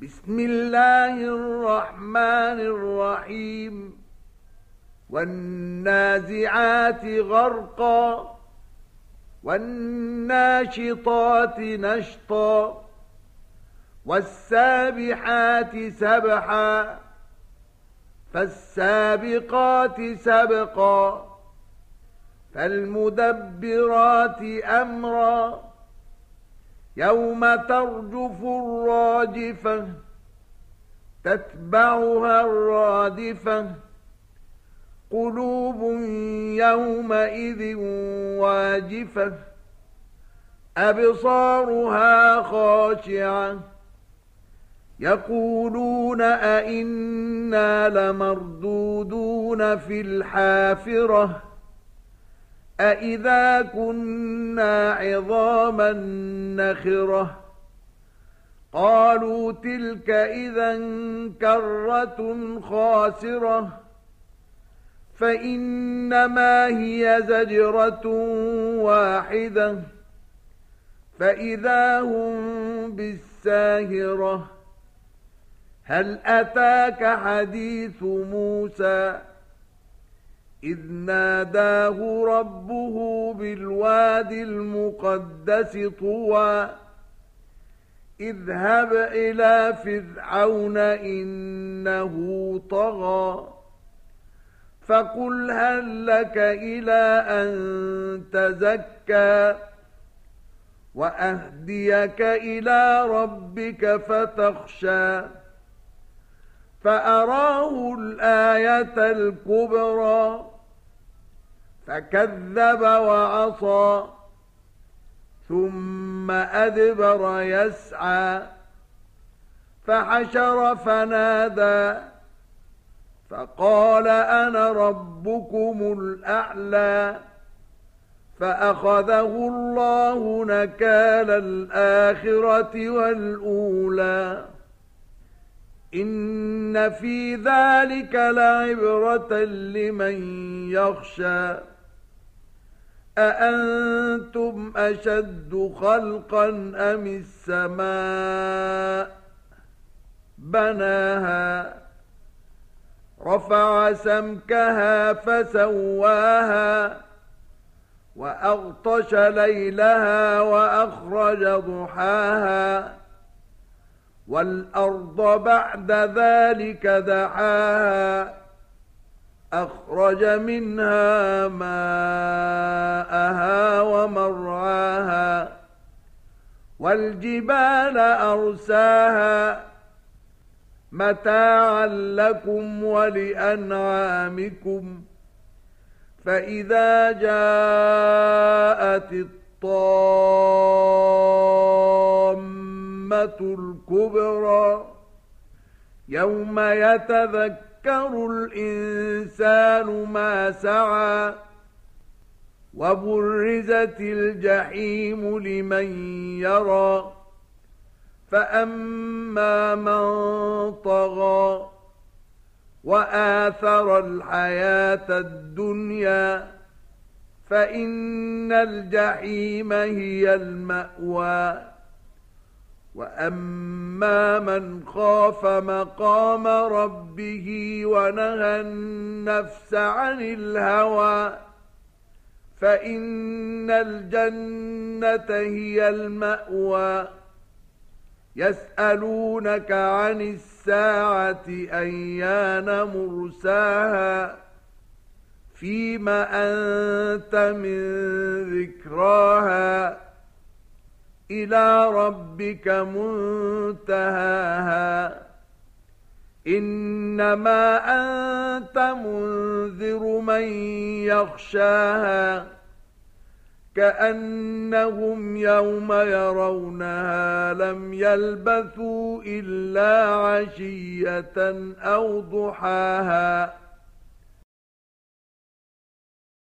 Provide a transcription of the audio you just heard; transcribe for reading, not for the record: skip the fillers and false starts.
بسم الله الرحمن الرحيم والنازعات غرقا والناشطات نشطا والسابحات سبحا فالسابقات سبقا فالمدبرات أمرا يوم ترجف الراجفة تتبعها الرادفة قلوب يومئذ واجفة أبصارها خاشعة يقولون أئنا لمردودون في الحافرة أئذا كنا عظاما نخرة قالوا تلك إذا كرة خاسرة فإنما هي زجرة واحدة فإذا هم بالساهرة هل أتاك حديث موسى إذ ناداه ربه بالواد المقدس طوى اذهب إلى فرعون إنه طغى فقل هل لك إلى أن تزكى وأهديك إلى ربك فتخشى فأراه الآية الكبرى فكذب وعصى ثم أدبر يسعى فحشر فنادى فقال أنا ربكم الأعلى فأخذه الله نكال الآخرة والأولى إن في ذلك لعبرة لمن يخشى أأنتم أشد خلقا أم السماء بناها رفع سمكها فسواها وأغطش ليلها وأخرج ضحاها والأرض بعد ذلك دحاها أخرج منها ماءها ومرعاها والجبال أرساها متاعا لكم ولأنعامكم فإذا جاءت الطامة الكبرى يوم يتذكر الإنسان ما سعى وبرزت الجحيم لمن يرى فأما من طغى وآثر الحياة الدنيا فإن الجحيم هي المأوى وأما من خاف مقام ربه ونهى النفس عن الهوى فإن الجنة هي المأوى يسألونك عن الساعة أيان مرساها فيما أنت من ذكراها إلى ربك منتهاها إنما أنت منذر من يخشاها كأنهم يوم يرونها لم يلبثوا إلا عشية أو ضحاها